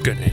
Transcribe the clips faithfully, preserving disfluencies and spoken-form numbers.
Ykkönen.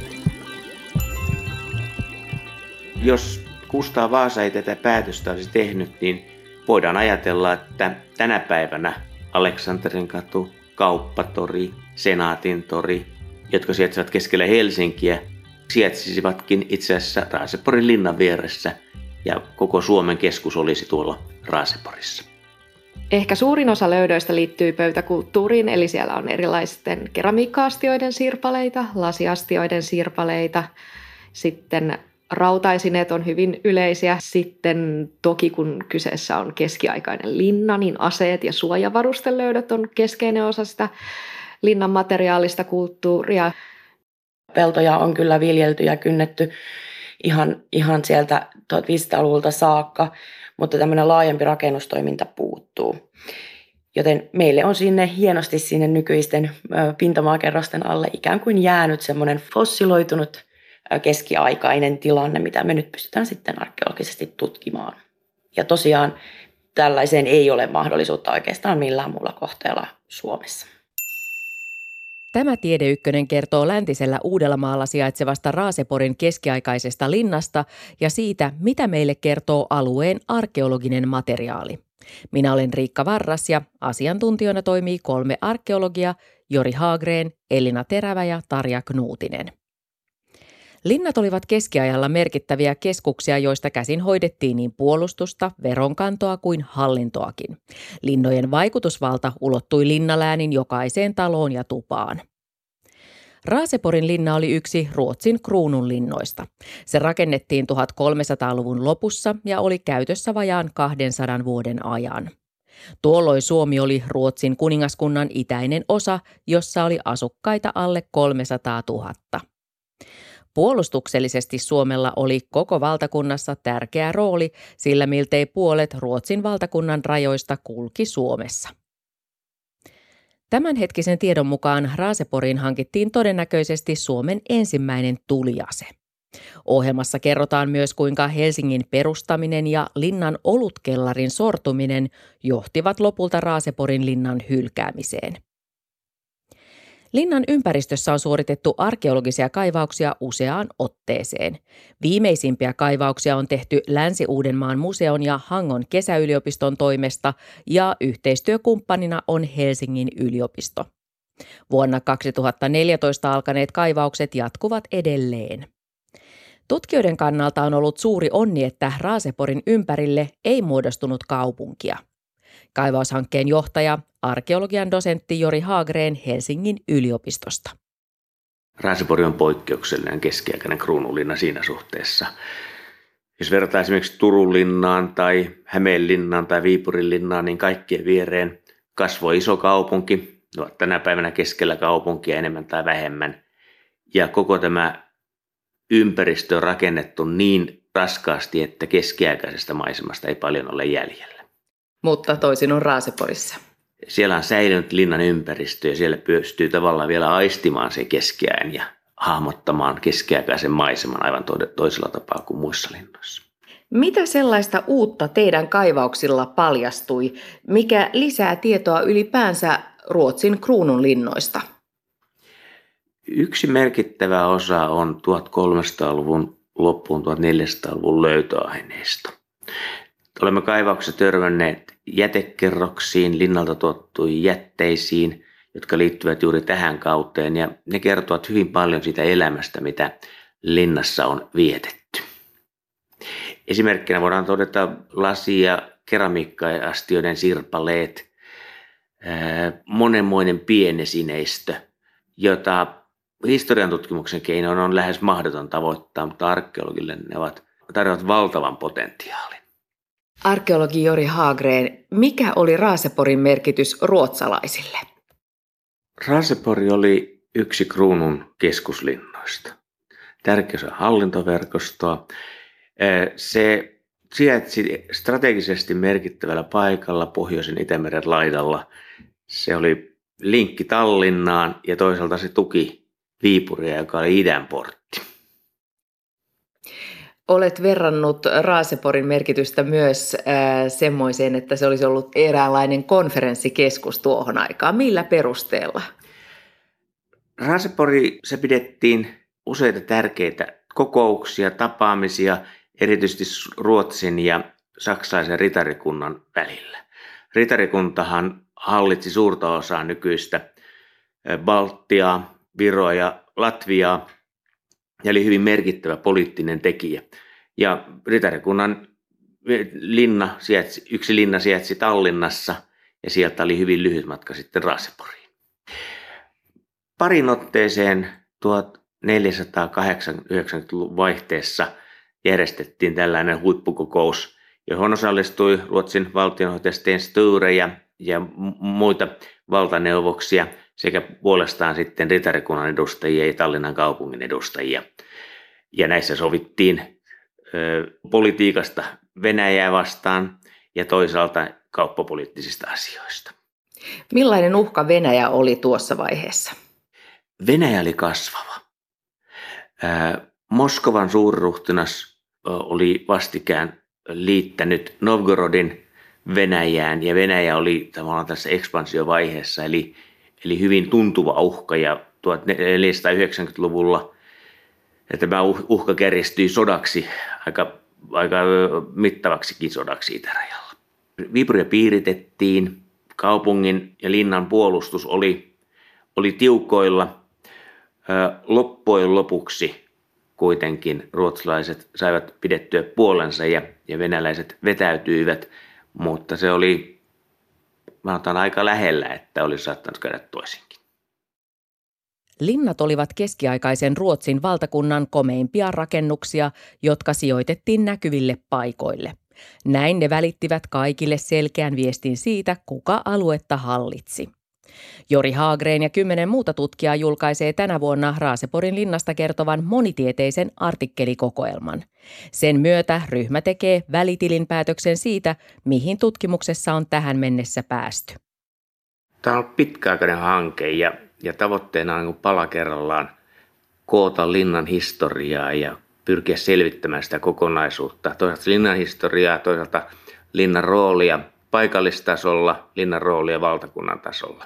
Jos Kustaa Vaasa ei tätä päätöstä olisi tehnyt, niin voidaan ajatella, että tänä päivänä Aleksanterin katu, Kauppatori, Senaatintori, jotka sijaitsevat keskellä Helsinkiä, sijaitsisivatkin itse asiassa Raaseporin linnan vieressä ja koko Suomen keskus olisi tuolla Raaseporissa. Ehkä suurin osa löydöistä liittyy pöytäkulttuuriin, eli siellä on erilaisten keramiikka-astioiden sirpaleita, lasiastioiden sirpaleita, sitten rautaesineet on hyvin yleisiä. Sitten toki kun kyseessä on keskiaikainen linna, niin aseet ja suojavarustelöydöt on keskeinen osa sitä linnan materiaalista kulttuuria. Peltoja on kyllä viljelty ja kynnetty ihan, ihan sieltä viisitoistasataluvulta saakka, mutta tämmöinen laajempi rakennustoiminta puuttuu. Joten meille on sinne hienosti sinne nykyisten pintamaakerrosten alle ikään kuin jäänyt semmoinen fossiloitunut keskiaikainen tilanne, mitä me nyt pystytään sitten arkeologisesti tutkimaan. Ja tosiaan tällaiseen ei ole mahdollisuutta oikeastaan millään muulla kohteella Suomessa. Tämä Tiede Ykkönen kertoo läntisellä Uudellamaalla sijaitsevasta Raaseporin keskiaikaisesta linnasta ja siitä, mitä meille kertoo alueen arkeologinen materiaali. Minä olen Riikka Varras ja asiantuntijana toimii kolme arkeologia, Jori Hagrén, Elina Terävä ja Tarja Knuutinen. Linnat olivat keskiajalla merkittäviä keskuksia, joista käsin hoidettiin niin puolustusta, veronkantoa kuin hallintoakin. Linnojen vaikutusvalta ulottui linnaläänin jokaiseen taloon ja tupaan. Raaseporin linna oli yksi Ruotsin kruunun linnoista. Se rakennettiin tuhatkolmesataaluvun lopussa ja oli käytössä vajaan kahdensadan vuoden ajan. Tuolloin Suomi oli Ruotsin kuningaskunnan itäinen osa, jossa oli asukkaita alle kolmesataatuhatta. Puolustuksellisesti Suomella oli koko valtakunnassa tärkeä rooli, sillä miltei puolet Ruotsin valtakunnan rajoista kulki Suomessa. Tämänhetkisen tiedon mukaan Raaseporiin hankittiin todennäköisesti Suomen ensimmäinen tuliase. Ohjelmassa kerrotaan myös, kuinka Helsingin perustaminen ja linnan olutkellarin sortuminen johtivat lopulta Raaseporin linnan hylkäämiseen. Linnan ympäristössä on suoritettu arkeologisia kaivauksia useaan otteeseen. Viimeisimpiä kaivauksia on tehty Länsi-Uudenmaan museon ja Hangon kesäyliopiston toimesta ja yhteistyökumppanina on Helsingin yliopisto. Vuonna kaksituhattaneljätoista alkaneet kaivaukset jatkuvat edelleen. Tutkijoiden kannalta on ollut suuri onni, että Raaseporin ympärille ei muodostunut kaupunkia. Kaivaushankkeen johtaja, arkeologian dosentti Jori Hagrén Helsingin yliopistosta. Raasepori on poikkeuksellinen keskiaikainen kruununlinna siinä suhteessa. Jos verrataan esimerkiksi Turun linnaan tai Hämeenlinnaan tai Viipurin linnaan, niin kaikkien viereen kasvoi iso kaupunki. Ne ovat tänä päivänä keskellä kaupunkia enemmän tai vähemmän. Ja koko tämä ympäristö on rakennettu niin raskaasti, että keskiaikaisesta maisemasta ei paljon ole jäljellä. Mutta toisin on Raaseporissa. Siellä on säilynyt linnan ympäristö ja siellä pystyy tavallaan vielä aistimaan se keskiajan ja hahmottamaan keskiaikaisen maiseman aivan toisella tapaa kuin muissa linnoissa. Mitä sellaista uutta teidän kaivauksilla paljastui, mikä lisää tietoa ylipäänsä Ruotsin kruununlinnoista? Yksi merkittävä osa on tuhatkolmesataaluvun loppuun tuhatneljäsataaluvun löytöaineisto. Olemme kaivauksessa törmänneet jätekerroksiin, linnalta tuottuihin jätteisiin, jotka liittyvät juuri tähän kauteen, ja ne kertovat hyvin paljon siitä elämästä, mitä linnassa on vietetty. Esimerkkinä voidaan todeta lasi- ja keramiikka-astioiden sirpaleet, monenmoinen pienesineistö, jota historian tutkimuksen keinoin on lähes mahdoton tavoittaa, mutta arkeologille ne ovat tarjoavat valtavan potentiaalin. Arkeologi Jori Hagrén, mikä oli Raaseporin merkitys ruotsalaisille? Raasepori oli yksi kruunun keskuslinnoista. Tärkeä osa hallintoverkostoa. Se sijaitsi strategisesti merkittävällä paikalla Pohjoisen Itämeren laidalla. Se oli linkki Tallinnaan ja toisaalta se tuki Viipuria, joka oli idän portti. Olet verrannut Raaseporin merkitystä myös äh, semmoiseen, että se olisi ollut eräänlainen konferenssikeskus tuohon aikaan. Millä perusteella? Raasepori se pidettiin useita tärkeitä kokouksia, tapaamisia, erityisesti Ruotsin ja saksalaisen ritarikunnan välillä. Ritarikuntahan hallitsi suurta osaa nykyistä Baltiaa, Viroa ja Latviaa ja oli hyvin merkittävä poliittinen tekijä. Ja ritarikunnan linna sijaitsi, yksi linna sijaitsi Tallinnassa ja sieltä oli hyvin lyhyt matka sitten Raaseporiin. Parin otteeseen tuhatneljäsataakahdeksankymmentä-yhdeksänkymmentäluvun vaihteessa järjestettiin tällainen huippukokous, johon osallistui Ruotsin valtionjohtaja Sten Sture ja, ja muita valtaneuvoksia sekä puolestaan sitten ritarikunnan edustajia ja Tallinnan kaupungin edustajia. Ja näissä sovittiin ö, politiikasta Venäjää vastaan ja toisaalta kauppapoliittisista asioista. Millainen uhka Venäjä oli tuossa vaiheessa? Venäjä oli kasvava. Moskovan suurruhtinas oli vastikään liittänyt Novgorodin Venäjään ja Venäjä oli tavallaan tässä ekspansiovaiheessa eli, eli hyvin tuntuva uhka ja tuhatneljäsataayhdeksänkymmentäluvulla tämä uhka kärjistyi sodaksi, aika, aika mittavaksikin sodaksi itärajalla. Viipuria piiritettiin, kaupungin ja linnan puolustus oli, oli tiukoilla. Loppujen lopuksi kuitenkin ruotsalaiset saivat pidettyä puolensa ja, ja venäläiset vetäytyivät, mutta se oli sanotaan aika lähellä, että olisi saattanut käydä toisinkin. Linnat olivat keskiaikaisen Ruotsin valtakunnan komeimpia rakennuksia, jotka sijoitettiin näkyville paikoille. Näin ne välittivät kaikille selkeän viestin siitä, kuka aluetta hallitsi. Jori Haagreen ja kymmenen muuta tutkijaa julkaisee tänä vuonna Raaseporin linnasta kertovan monitieteisen artikkelikokoelman. Sen myötä ryhmä tekee välitilinpäätöksen siitä, mihin tutkimuksessa on tähän mennessä päästy. Tämä on pitkäaikainen hanke ja, ja tavoitteena on pala kerrallaan koota linnan historiaa ja pyrkiä selvittämään sitä kokonaisuutta. Toisaalta linnan historiaa, toisaalta linnan roolia paikallistasolla, linnan roolia valtakunnan tasolla.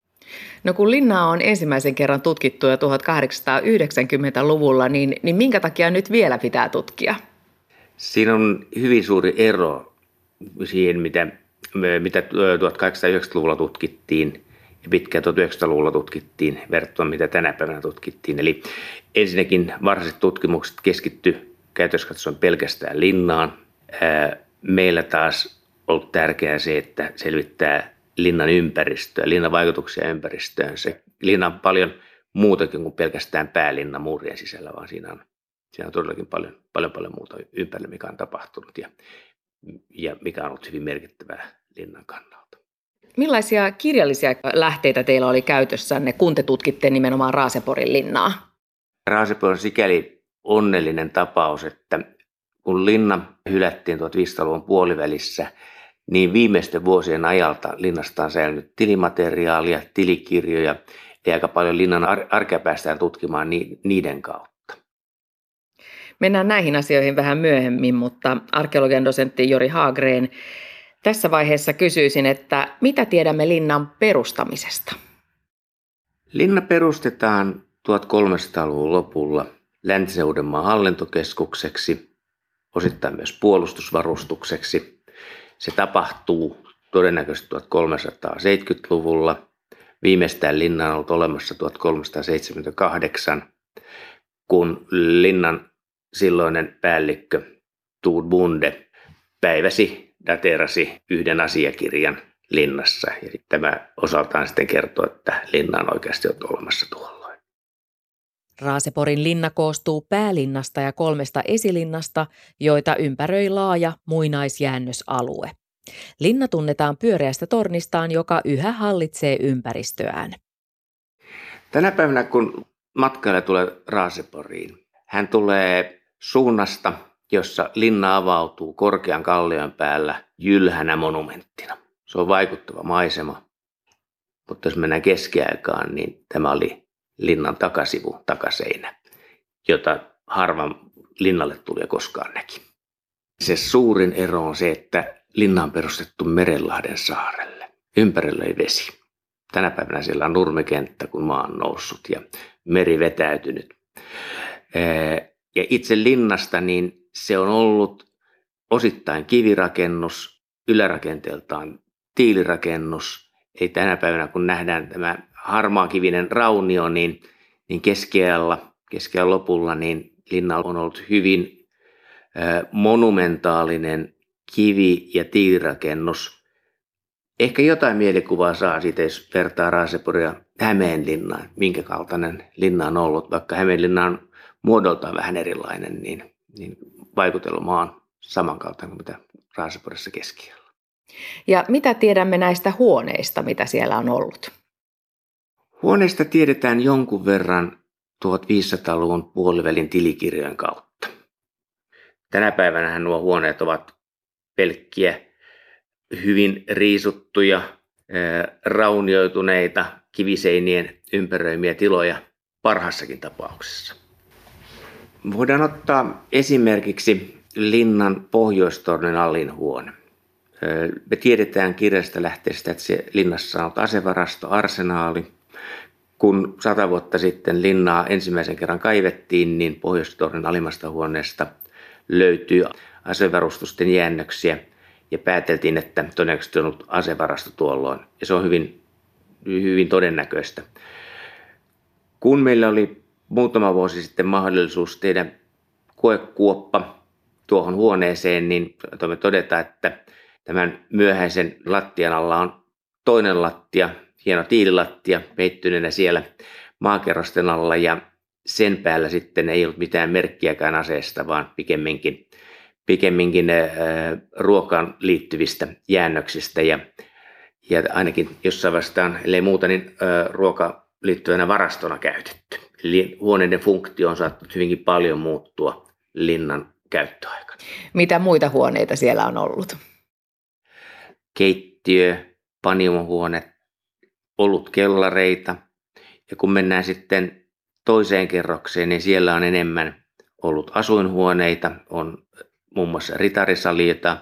No kun linnaa on ensimmäisen kerran tutkittu jo tuhatkahdeksansataayhdeksänkymmentäluvulla, niin, niin minkä takia nyt vielä pitää tutkia? Siinä on hyvin suuri ero siihen, mitä, mitä tuhatkahdeksansataayhdeksänkymmentäluvulla tutkittiin ja pitkään tuhatyhdeksänsataaluvulla tutkittiin verrattuna mitä tänä päivänä tutkittiin. Eli ensinnäkin varhaiset tutkimukset keskittyivät käytössä katsoen pelkästään linnaan. Meillä taas on ollut tärkeää se, että selvittää linnan ympäristöä, linnan vaikutuksia ympäristöön. Se linna on paljon muutakin kuin pelkästään päälinna muurien sisällä, vaan siinä on, siinä on todellakin paljon, paljon, paljon muuta ympärillä, mikä on tapahtunut ja, ja mikä on ollut hyvin merkittävää linnan kannalta. Millaisia kirjallisia lähteitä teillä oli käytössänne, kun te tutkitte nimenomaan Raaseporin linnaa? Raasepori on sikäli onnellinen tapaus, että kun linna hylättiin tuhatviisisataaluvun puolivälissä, niin viimeisten vuosien ajalta linnasta on säilynyt tilimateriaalia, tilikirjoja ja aika paljon linnan arkea päästään tutkimaan niiden kautta. Mennään näihin asioihin vähän myöhemmin, mutta arkeologian dosentti Jori Haagreen, tässä vaiheessa kysyisin, että mitä tiedämme linnan perustamisesta? Linna perustetaan tuhatkolmesataaluvun lopulla Länsi-Uudenmaan hallintokeskukseksi, osittain myös puolustusvarustukseksi. Se tapahtuu todennäköisesti tuhatkolmesataaseitsemänkymmentäluvulla. Viimeistään linna on ollut olemassa tuhatkolmesataaseitsemänkymmentäkahdeksan, kun linnan silloinen päällikkö Tuud Bunde päiväsi, dateerasi yhden asiakirjan linnassa. Ja tämä osaltaan sitten kertoo, että linna on oikeasti ollut olemassa tuolloin. Raaseporin linna koostuu päälinnasta ja kolmesta esilinnasta, joita ympäröi laaja muinaisjäännösalue. Linna tunnetaan pyöreästä tornistaan, joka yhä hallitsee ympäristöään. Tänä päivänä, kun matkailija tulee Raaseporiin, hän tulee suunnasta, jossa linna avautuu korkean kallion päällä jylhänä monumenttina. Se on vaikuttava maisema, mutta jos mennään keskiaikaan, niin tämä oli linnan takasivu, takaseinä, jota harvan linnalle tuli koskaan näki. Se suurin ero on se, että linna on perustettu Merenlahden saarelle. Ympärillä ei vesi. Tänä päivänä siellä on nurmikenttä, kun maa on noussut ja meri vetäytynyt. Ja itse linnasta niin se on ollut osittain kivirakennus, ylärakenteeltaan tiilirakennus. Ei tänä päivänä, kun nähdään tämä harmaakivinen raunio, niin, niin keskiajalla, keskiajan lopulla, niin linna on ollut hyvin äh, monumentaalinen kivi- ja tiilirakennus. Ehkä jotain mielikuvaa saa siitä, jos vertaa Raaseporia Hämeenlinnaan, minkä kaltainen linna on ollut. Vaikka Hämeenlinna on muodoltaan vähän erilainen, niin, niin vaikutelma on samankaltainen kuin mitä Raaseporissa keskiajalla. Ja mitä tiedämme näistä huoneista, mitä siellä on ollut? Huoneista tiedetään jonkun verran tuhatviisisataaluvun puolivälin tilikirjojen kautta. Tänä päivänä nuo huoneet ovat pelkkiä, hyvin riisuttuja, raunioituneita, kiviseinien ympäröimiä tiloja parhaassakin tapauksessa. Voidaan ottaa esimerkiksi linnan pohjoistornin alin huone. Me tiedetään kirjasta lähteestä, että se linnassa on ollut asevarasto, arsenaali. Kun sata vuotta sitten linnaa ensimmäisen kerran kaivettiin, niin pohjoistornin alimmasta huoneesta löytyy asevarustusten jäännöksiä ja pääteltiin, että todennäköisesti on ollut asevarasto tuolloin. Ja se on hyvin, hyvin todennäköistä. Kun meillä oli muutama vuosi sitten mahdollisuus tehdä koekuoppa tuohon huoneeseen, niin toimme todeta, että tämän myöhäisen lattian alla on toinen lattia, hieno tiililattia peittyneenä siellä maakerrosten alla, ja sen päällä sitten ei ollut mitään merkkiäkään aseesta, vaan pikemminkin, pikemminkin äh, ruokaan liittyvistä jäännöksistä, ja, ja ainakin jossain vastaan, ellei muuta, niin äh, ruoka liittyvänä varastona käytetty. Eli huoneiden funktio on saattanut hyvinkin paljon muuttua linnan käyttöaikana. Mitä muita huoneita siellä on ollut? Keittiö, panimohuone, olutkellareita. Ja kun mennään sitten toiseen kerrokseen, niin siellä on enemmän ollut asuinhuoneita, on muun muassa ritarisalia, jota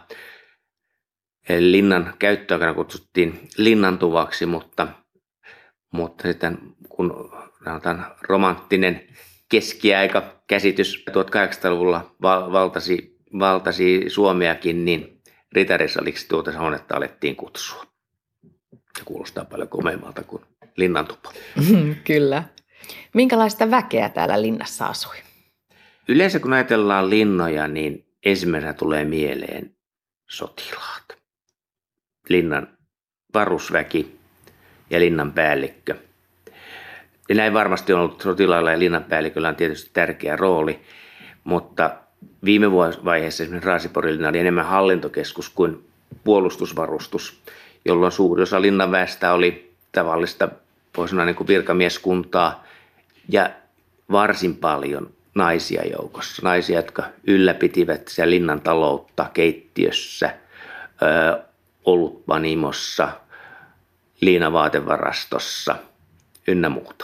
linnan käyttöaikana kutsuttiin linnantuvaksi, mutta, mutta sitten kun romanttinen keskiaika käsitys tuhatkahdeksansataaluvulla valtasi, valtasi Suomeakin, niin ritarisaliksi tuota huonetta alettiin kutsua. Se kuulostaa paljon komeammalta kuin linnantupa. Kyllä. Minkälaista väkeä täällä linnassa asui? Yleensä kun ajatellaan linnoja, niin ensimmäisenä tulee mieleen sotilaat. Linnan varusväki ja linnan päällikkö. Ja näin varmasti on ollut sotilailla ja linnanpäälliköllä on tietysti tärkeä rooli, mutta viime vaiheessa esimerkiksi Raaseporin linna oli enemmän hallintokeskus kuin puolustusvarustus, jolloin suuri osa linnanväestä oli tavallista, voisi sanoa niin kuin virkamieskuntaa ja varsin paljon naisia joukossa. Naisia, jotka ylläpitivät siellä linnan taloutta keittiössä, ö, olutpanimossa, liinavaatevarastossa ynnä muuta.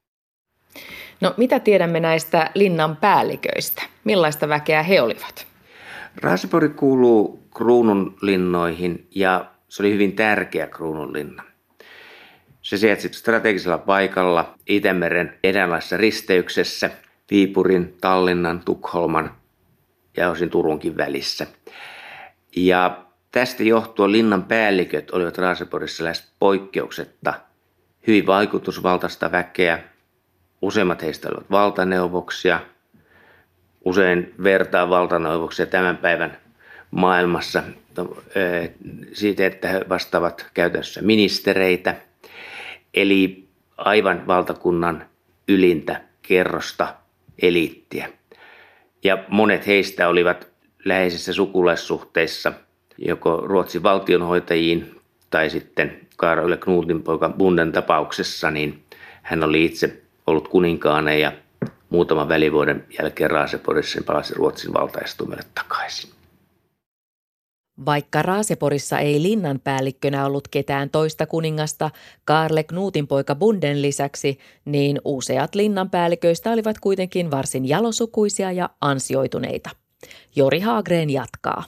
No mitä tiedämme näistä linnan päälliköistä? Millaista väkeä he olivat? Raasepori kuuluu kruununlinnoihin ja se oli hyvin tärkeä kruununlinna. Se sijaitsi strategisella paikalla Itämeren eräänlaisessa risteyksessä Viipurin, Tallinnan, Tukholman ja osin Turunkin välissä. Ja tästä johtuen linnan päälliköt olivat Raaseporissa lähes poikkeuksetta hyvin vaikutusvaltaista väkeä. Useimmat heistä olivat valtaneuvoksia, usein vertaa valtaneuvoksia tämän päivän maailmassa siitä, että he vastaavat käytännössä ministereitä, eli aivan valtakunnan ylintä kerrosta, eliittiä. Ja monet heistä olivat läheisissä sukulaissuhteissa joko Ruotsin valtionhoitajiin tai sitten Karl Knutinpoika Bunden tapauksessa, niin hän oli itse ollut kuninkaana ja muutaman välivuoden jälkeen Raaseporissa palasi Ruotsin valtaistumelle takaisin. Vaikka Raaseporissa ei linnan päällikkönä ollut ketään toista kuningasta Karle Knutinpoika Bunden lisäksi, niin useat linnanpäälliköistä olivat kuitenkin varsin jalosukuisia ja ansioituneita. Jori Haagren jatkaa.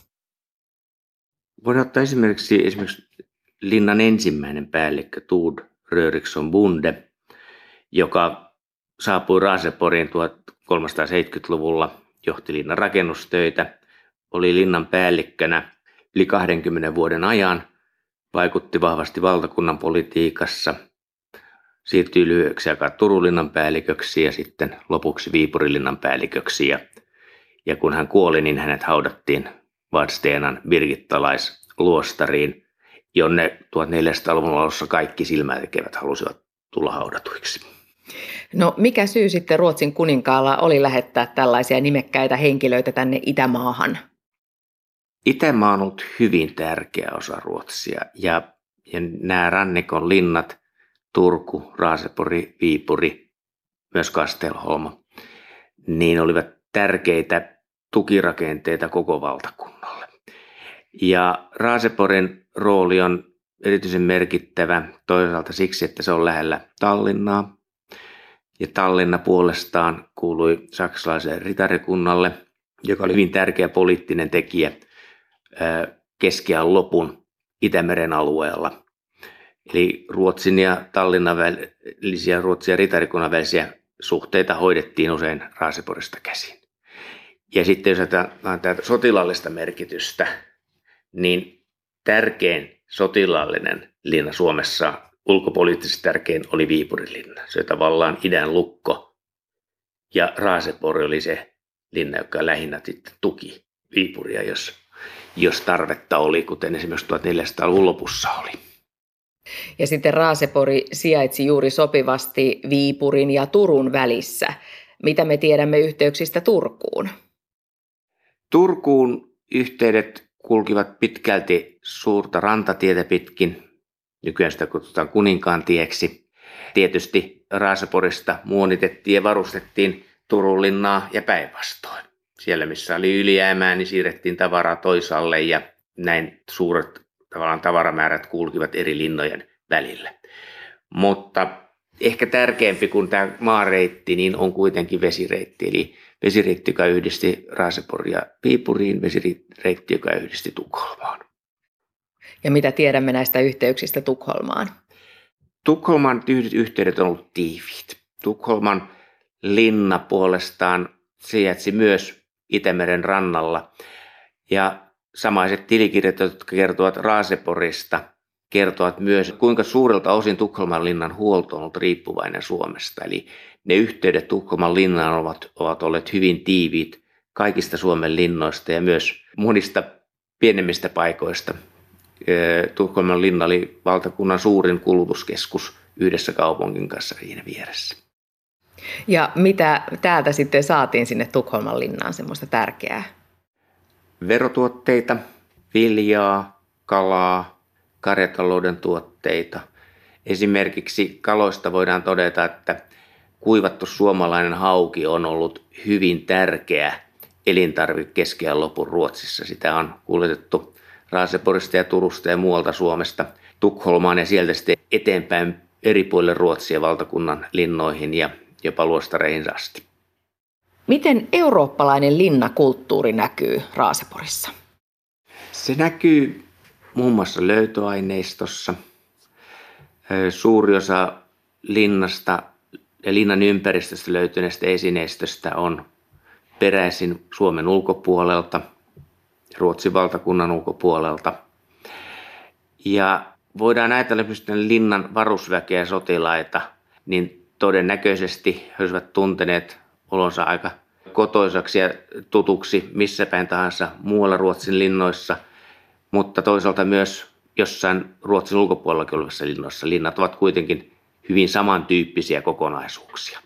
Voidaan ottaa esimerkiksi, esimerkiksi linnan ensimmäinen päällikkö Tud Röriksson Bunde, joka saapui Raaseporiin kolmesataaseitsemänkymmentäluvulla, johti linnan rakennustöitä, oli linnan päällikkönä yli kahdenkymmenen vuoden ajan, vaikutti vahvasti valtakunnan politiikassa, siirtyi lyhyeksi aikaa Turun linnan päälliköksi ja sitten lopuksi Viipurin linnan päälliköksi. Ja, ja kun hän kuoli, niin hänet haudattiin Vadstenan birgittalaisluostariin, jonne tuhatneljäsataaluvun alussa kaikki silmätekevät halusivat tulla haudatuiksi. No mikä syy sitten Ruotsin kuninkaalla oli lähettää tällaisia nimekkäitä henkilöitä tänne Itämaahan? Itämaa on ollut hyvin tärkeä osa Ruotsia ja, ja nämä rannikon linnat, Turku, Raasepori, Viipuri, myös Kastelholma, niin olivat tärkeitä tukirakenteita koko valtakunnalle. Ja Raaseporin rooli on erityisen merkittävä toisaalta siksi, että se on lähellä Tallinnaa. Ja Tallinna puolestaan kuului saksalaiselle ritarikunnalle, joka oli hyvin tärkeä poliittinen tekijä keskiajan lopun Itämeren alueella. Eli Ruotsin ja Tallinnan välisiä, Ruotsin ja ritarikunnan välisiä suhteita hoidettiin usein Raaseporista käsin. Ja sitten jos ajatellaan tätä sotilaallista merkitystä, niin tärkein sotilaallinen linna Suomessa, ulkopoliittisesti tärkein, oli Viipurin linna. Se oli tavallaan idän lukko. Ja Raasepori oli se linna, joka lähinnä sitten tuki Viipuria, jos, jos tarvetta oli, kuten esimerkiksi tuhatneljäsataaluvun lopussa oli. Ja sitten Raasepori sijaitsi juuri sopivasti Viipurin ja Turun välissä. Mitä me tiedämme yhteyksistä Turkuun? Turkuun yhteydet kulkivat pitkälti suurta rantatietä pitkin. Nykyään sitä kutsutaan Kuninkaan tieksi. Tietysti Raaseporista muonitettiin ja varustettiin Turun linnaa ja päinvastoin. Siellä missä oli ylijäämää, niin siirrettiin tavaraa toisaalle ja näin suuret tavallaan tavaramäärät kulkivat eri linnojen välillä. Mutta ehkä tärkeämpi kuin tämä maareitti, niin on kuitenkin vesireitti. Eli vesireitti, joka yhdisti Raaseporia Viipuriin, vesireitti, joka yhdisti Tukholmaan. Ja mitä tiedämme näistä yhteyksistä Tukholmaan? Tukholman yhteydet on ollut tiiviit. Tukholman linna puolestaan sijaitsi myös Itämeren rannalla. Ja samaiset tilikirjat, jotka kertovat Raaseporista, kertovat myös, kuinka suurelta osin Tukholman linnan huolto on ollut riippuvainen Suomesta. Eli ne yhteydet Tukholman linnaan ovat, ovat olleet hyvin tiiviit kaikista Suomen linnoista ja myös monista pienemmistä paikoista. Tukholman linna oli valtakunnan suurin kulutuskeskus yhdessä kaupungin kanssa siinä vieressä. Ja mitä täältä sitten saatiin sinne Tukholman linnaan semmoista tärkeää? Verotuotteita, viljaa, kalaa, karjatalouden tuotteita. Esimerkiksi kaloista voidaan todeta, että kuivattu suomalainen hauki on ollut hyvin tärkeä elintarvike keskiajan lopun Ruotsissa. Sitä on kuljetettu Raaseporista ja Turusta ja muualta Suomesta Tukholmaan ja sieltä sitten eteenpäin eri puolille Ruotsia valtakunnan linnoihin ja jopa luostareihin asti. Miten eurooppalainen linnakulttuuri näkyy Raaseporissa? Se näkyy muun muassa löytöaineistossa. Suuri osa linnasta ja linnan ympäristöstä löytyneestä esineistöstä on peräisin Suomen ulkopuolelta, Ruotsin valtakunnan ulkopuolelta. Ja voidaan ajatella, että linnan varusväkeä ja sotilaita, niin todennäköisesti he olisivat tunteneet olonsa aika kotoisaksi ja tutuksi missä päin tahansa muualla Ruotsin linnoissa, mutta toisaalta myös jossain Ruotsin ulkopuolella olevissa linnoissa. Linnat ovat kuitenkin hyvin samantyyppisiä kokonaisuuksia.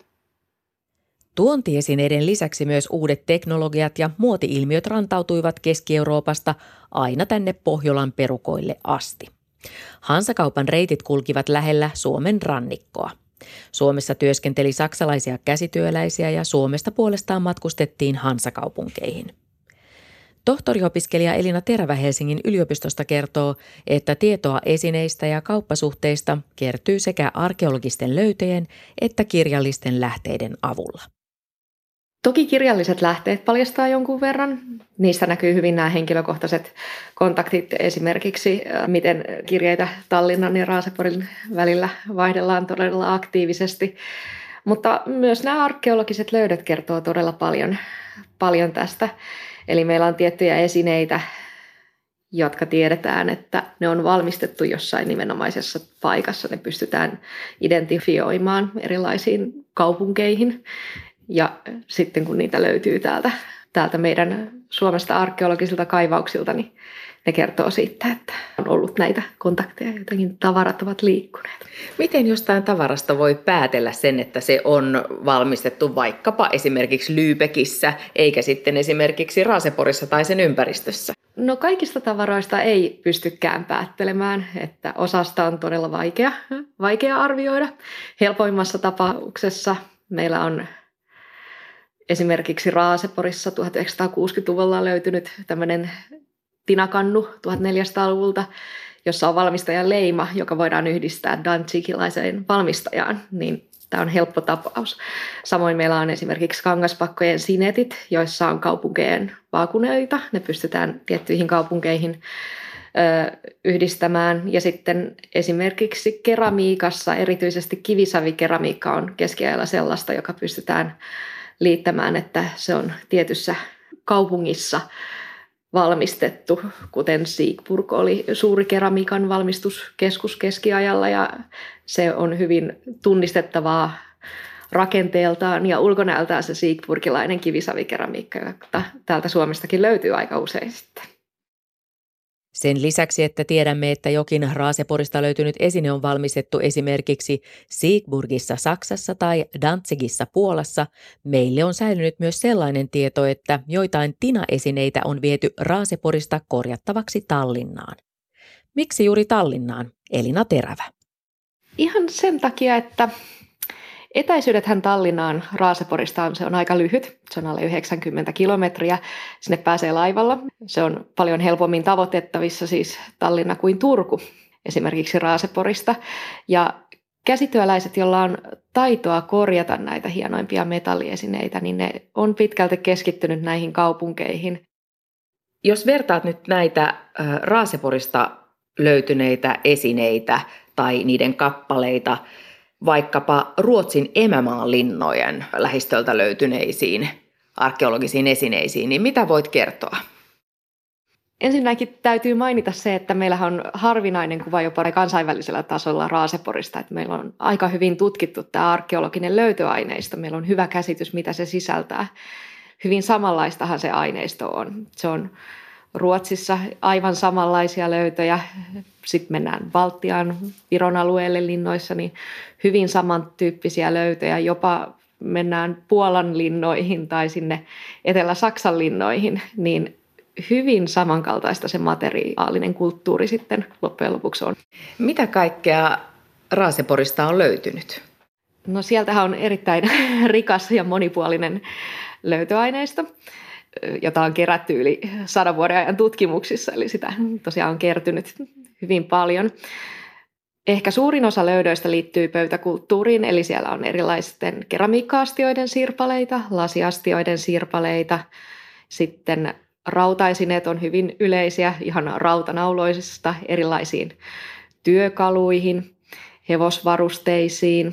Tuontiesineiden lisäksi myös uudet teknologiat ja muoti-ilmiöt rantautuivat Keski-Euroopasta aina tänne Pohjolan perukoille asti. Hansakaupan reitit kulkivat lähellä Suomen rannikkoa. Suomessa työskenteli saksalaisia käsityöläisiä ja Suomesta puolestaan matkustettiin Hansakaupunkeihin. Tohtoriopiskelija Elina Terävä Helsingin yliopistosta kertoo, että tietoa esineistä ja kauppasuhteista kertyy sekä arkeologisten löytöjen että kirjallisten lähteiden avulla. Toki kirjalliset lähteet paljastaa jonkun verran. Niistä näkyy hyvin nämä henkilökohtaiset kontaktit, esimerkiksi miten kirjeitä Tallinnan ja Raaseporin välillä vaihdellaan todella aktiivisesti. Mutta myös nämä arkeologiset löydöt kertoo todella paljon, paljon tästä. Eli meillä on tiettyjä esineitä, jotka tiedetään, että ne on valmistettu jossain nimenomaisessa paikassa. Ne pystytään identifioimaan erilaisiin kaupunkeihin. Ja sitten kun niitä löytyy täältä, täältä meidän Suomesta arkeologisilta kaivauksilta, niin ne kertoo siitä, että on ollut näitä kontakteja, jotenkin tavarat ovat liikkuneet. Miten jostain tavarasta voi päätellä sen, että se on valmistettu vaikkapa esimerkiksi Lübeckissä, eikä sitten esimerkiksi Raaseporissa tai sen ympäristössä? No kaikista tavaroista ei pystykään päättelemään, että osasta on todella vaikea, vaikea arvioida. Helpoimmassa tapauksessa meillä on esimerkiksi Raaseporissa tuhatyhdeksänsataakuusikymmentäluvulla löytynyt tämmöinen tinakannu tuhatneljäsataaluvulta, jossa on valmistajan leima, joka voidaan yhdistää danzigilaiseen valmistajaan, niin tämä on helppo tapaus. Samoin meillä on esimerkiksi kangaspakkojen sinetit, joissa on kaupunkien vaakuneita. Ne pystytään tiettyihin kaupunkeihin ö, yhdistämään. Ja sitten esimerkiksi keramiikassa, erityisesti kivisavikeramiikka on keskiajalla sellaista, joka pystytään liittämään, että se on tietyssä kaupungissa valmistettu, kuten Siegburg oli suuri keramiikan valmistuskeskus keskiajalla ja se on hyvin tunnistettavaa rakenteeltaan ja ulkonäöltään se siegburgilainen kivisavikeramiikka, jota täältä Suomestakin löytyy aika usein sitten. Sen lisäksi, että tiedämme, että jokin Raaseporista löytynyt esine on valmistettu esimerkiksi Siegburgissa Saksassa tai Danzigissa Puolassa, meille on säilynyt myös sellainen tieto, että joitain tina-esineitä on viety Raaseporista korjattavaksi Tallinnaan. Miksi juuri Tallinnaan? Elina Terävä. Ihan sen takia, että etäisyydethän Tallinnaan Raaseporista on, se on aika lyhyt, se on alle yhdeksänkymmentä kilometriä, sinne pääsee laivalla. Se on paljon helpommin tavoitettavissa siis Tallinna kuin Turku, esimerkiksi Raaseporista. Ja käsityöläiset, joilla on taitoa korjata näitä hienoimpia metalliesineitä, niin ne on pitkälti keskittynyt näihin kaupunkeihin. Jos vertaat nyt näitä Raaseporista löytyneitä esineitä tai niiden kappaleita, vaikkapa Ruotsin emämaan linnojen lähistöltä löytyneisiin arkeologisiin esineisiin, niin mitä voit kertoa? Ensinnäkin täytyy mainita se, että meillähän on harvinainen kuva jopa kansainvälisellä tasolla Raaseporista, että meillä on aika hyvin tutkittu tämä arkeologinen löytöaineisto, meillä on hyvä käsitys, mitä se sisältää. Hyvin samanlaistahan se aineisto on. Se on Ruotsissa aivan samanlaisia löytöjä. Sitten mennään Baltian, Viron alueelle linnoissa, niin hyvin samantyyppisiä löytöjä. Jopa mennään Puolan linnoihin tai sinne Etelä-Saksan linnoihin, niin hyvin samankaltaista se materiaalinen kulttuuri sitten loppujen lopuksi on. Mitä kaikkea Raaseporista on löytynyt? No sieltähän on erittäin rikas ja monipuolinen löytöaineisto, jota on kerätty yli sadan vuoden ajan tutkimuksissa, eli sitä tosiaan on kertynyt hyvin paljon. Ehkä suurin osa löydöistä liittyy pöytäkulttuuriin, eli siellä on erilaisten keramiikka-astioiden sirpaleita, lasiastioiden sirpaleita, sitten rautaesineet on hyvin yleisiä, ihan rautanauloisista erilaisiin työkaluihin, hevosvarusteisiin.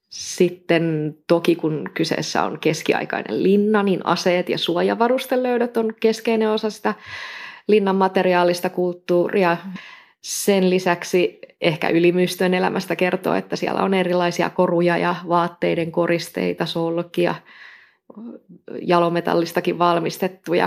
Sitten toki kun kyseessä on keskiaikainen linna, niin aseet ja suojavarustelöydöt on keskeinen osa sitä linnan materiaalista kulttuuria. Sen lisäksi ehkä Ylimystöön elämästä kertoo, että siellä on erilaisia koruja ja vaatteiden koristeita, solkia, jalometallistakin valmistettuja.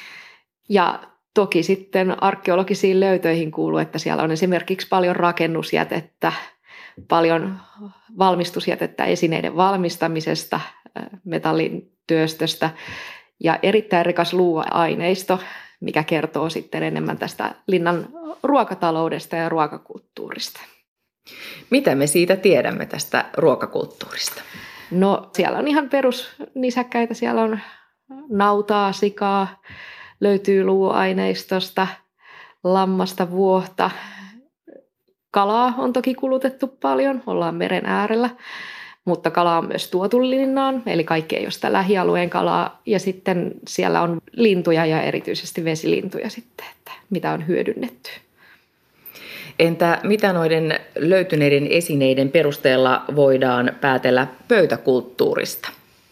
Ja toki sitten arkeologisiin löytöihin kuuluu, että siellä on esimerkiksi paljon rakennusjätettä, paljon valmistusjätettä esineiden valmistamisesta, metallin työstöstä ja erittäin rikas luuaineisto, mikä kertoo sitten enemmän tästä linnan ruokataloudesta ja ruokakulttuurista. Mitä me siitä tiedämme tästä ruokakulttuurista? No siellä on ihan perusnisäkkäitä, siellä on nautaa, sikaa, löytyy luuaineistosta, lammasta, vuohta. Kalaa on toki kulutettu paljon, ollaan meren äärellä, mutta kalaa on myös tuotu linnaan, eli kaikki ei ole sitä lähialueen kalaa. Ja sitten siellä on lintuja ja erityisesti vesilintuja sitten, että mitä on hyödynnetty. Entä mitä noiden löytyneiden esineiden perusteella voidaan päätellä pöytäkulttuurista?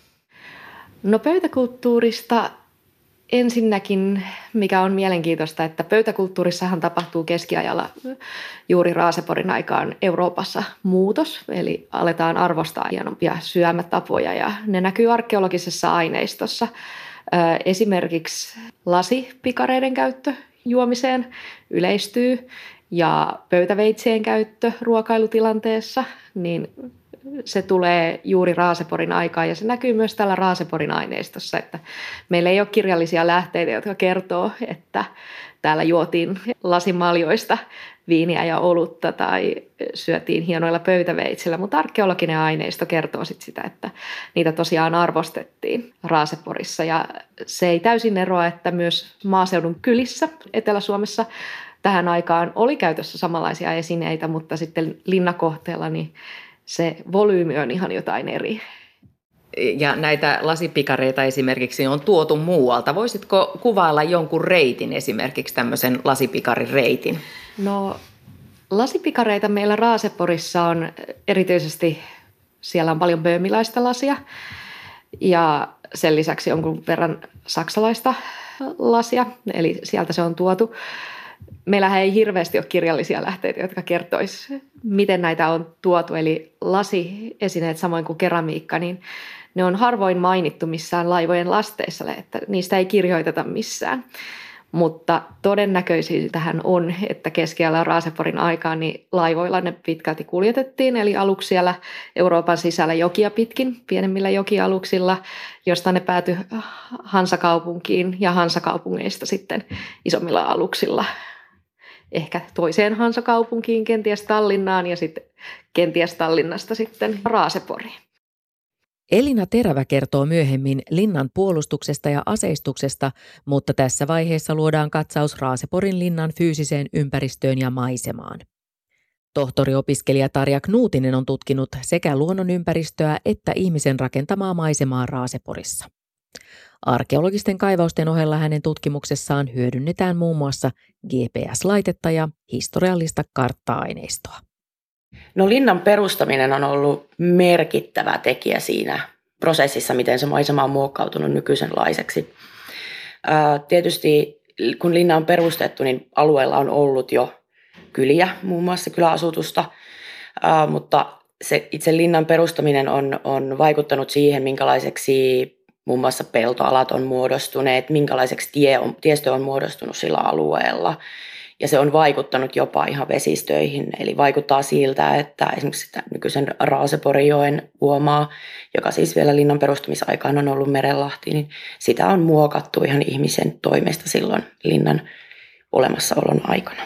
No pöytäkulttuurista ensinnäkin, mikä on mielenkiintoista, että pöytäkulttuurissahan tapahtuu keskiajalla juuri Raaseporin aikaan Euroopassa muutos, eli aletaan arvostaa hienompia syömätapoja ja ne näkyy arkeologisessa aineistossa. Esimerkiksi lasipikareiden käyttö juomiseen yleistyy ja pöytäveitsien käyttö ruokailutilanteessa, niin se tulee juuri Raaseporin aikaan ja se näkyy myös täällä Raaseporin aineistossa, että meillä ei ole kirjallisia lähteitä, jotka kertoo, että täällä juotiin lasimaljoista viiniä ja olutta tai syötiin hienoilla pöytäveitsillä, mutta arkeologinen aineisto kertoo sit sitä, että niitä tosiaan arvostettiin Raaseporissa ja se ei täysin eroa, että myös maaseudun kylissä Etelä-Suomessa tähän aikaan oli käytössä samanlaisia esineitä, mutta sitten linnakohteella niin se volyymi on ihan jotain eri. Ja näitä lasipikareita esimerkiksi on tuotu muualta. Voisitko kuvailla jonkun reitin, esimerkiksi tämmöisen lasipikarin reitin? No lasipikareita meillä Raaseporissa on erityisesti, siellä on paljon böömiläistä lasia ja sen lisäksi jonkun verran saksalaista lasia, eli sieltä se on tuotu. Meillähän ei hirveästi ole kirjallisia lähteitä, jotka kertoisi, miten näitä on tuotu. Eli lasiesineet samoin kuin keramiikka, niin ne on harvoin mainittu missään laivojen lasteissa, että niistä ei kirjoiteta missään. Mutta todennäköisiltähän on, että keskiajalla Raaseporin aikaan niin laivoilla ne pitkälti kuljetettiin. Eli aluksi siellä Euroopan sisällä jokia pitkin, pienemmillä jokialuksilla, josta ne päätyi Hansakaupunkiin ja Hansakaupungeista sitten isommilla aluksilla. Ehkä toiseen Hansakaupunkiin, kenties Tallinnaan ja sitten kenties Tallinnasta sitten Raaseporiin. Elina Terävä kertoo myöhemmin linnan puolustuksesta ja aseistuksesta, mutta tässä vaiheessa luodaan katsaus Raaseporin linnan fyysiseen ympäristöön ja maisemaan. Tohtoriopiskelija Tarja Knuutinen on tutkinut sekä luonnonympäristöä että ihmisen rakentamaa maisemaa Raaseporissa. Arkeologisten kaivausten ohella hänen tutkimuksessaan hyödynnetään muun muassa G P S-laitetta ja historiallista kartta-aineistoa. No linnan perustaminen on ollut merkittävä tekijä siinä prosessissa, miten se maisema on muokkautunut nykyisenlaiseksi. Ää, tietysti kun linna on perustettu, niin alueella on ollut jo kyliä, muun muassa kyläasutusta, ää, mutta se itse linnan perustaminen on, on vaikuttanut siihen, minkälaiseksi muun muassa peltoalat on muodostuneet, minkälaiseksi tie on, tiestö on muodostunut sillä alueella. Ja se on vaikuttanut jopa ihan vesistöihin. Eli vaikuttaa siltä, että esimerkiksi sitä nykyisen Raaseporinjoen uomaa, joka siis vielä linnan perustamisaikaan on ollut merenlahti, niin sitä on muokattu ihan ihmisen toimesta silloin linnan olemassaolon aikana.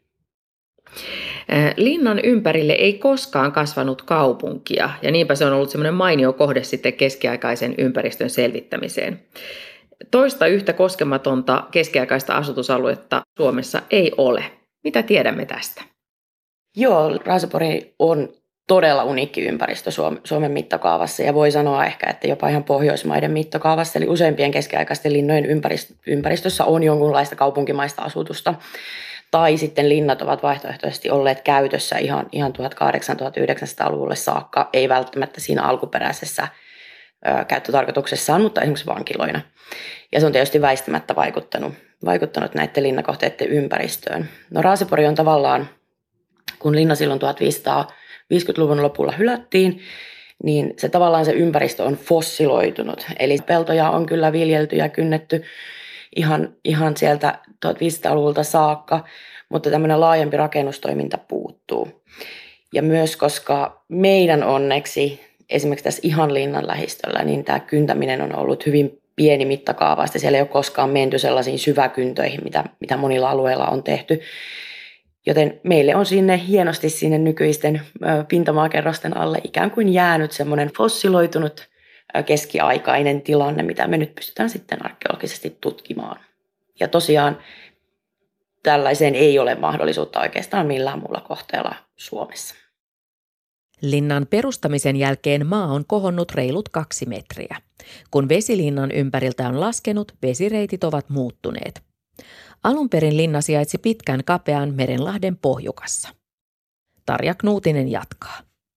Linnan ympärille ei koskaan kasvanut kaupunkia, ja niinpä se on ollut semmoinen mainio kohde sitten keskiaikaisen ympäristön selvittämiseen. Toista yhtä koskematonta keskiaikaista asutusaluetta Suomessa ei ole. Mitä tiedämme tästä? Joo, Raasepori on todella uniikki ympäristö Suomen mittakaavassa ja voi sanoa ehkä, että jopa ihan Pohjoismaiden mittakaavassa. Eli useimpien keskiaikaisten linnojen ympäristössä on jonkunlaista kaupunkimaista asutusta. Tai sitten linnat ovat vaihtoehtoisesti olleet käytössä ihan, ihan tuhatkahdeksansataa-tuhatyhdeksänsataaluvulle saakka, ei välttämättä siinä alkuperäisessä ö, käyttötarkoituksessaan, mutta esimerkiksi vankiloina. Ja se on tietysti väistämättä vaikuttanut, vaikuttanut näiden linnakohteiden ympäristöön. No Raasepori on tavallaan, kun linna silloin tuhatviisisataaviisikymmentäluvun lopulla hylättiin, niin se tavallaan se ympäristö on fossiloitunut. Eli peltoja on kyllä viljelty ja kynnetty ihan, ihan sieltä tuhatviisisataaluvulta saakka, mutta tämmöinen laajempi rakennustoiminta puuttuu. Ja myös koska meidän onneksi esimerkiksi tässä ihan linnan lähistöllä, niin tämä kyntäminen on ollut hyvin pieni mittakaavasta. Siellä ei ole koskaan menty sellaisiin syväkyntöihin, mitä, mitä monilla alueilla on tehty. Joten meille on sinne hienosti sinne nykyisten pintamaakerrosten alle ikään kuin jäänyt semmoinen fossiloitunut keskiaikainen tilanne, mitä me nyt pystytään sitten arkeologisesti tutkimaan. Ja tosiaan tällaiseen ei ole mahdollisuutta oikeastaan millään muulla kohteella Suomessa. Linnan perustamisen jälkeen maa on kohonnut reilut kaksi metriä. Kun vesi linnan ympäriltä on laskenut, vesireitit ovat muuttuneet. Alun perin linna sijaitsi pitkän kapean Merenlahden pohjukassa. Tarja Knuutinen jatkaa.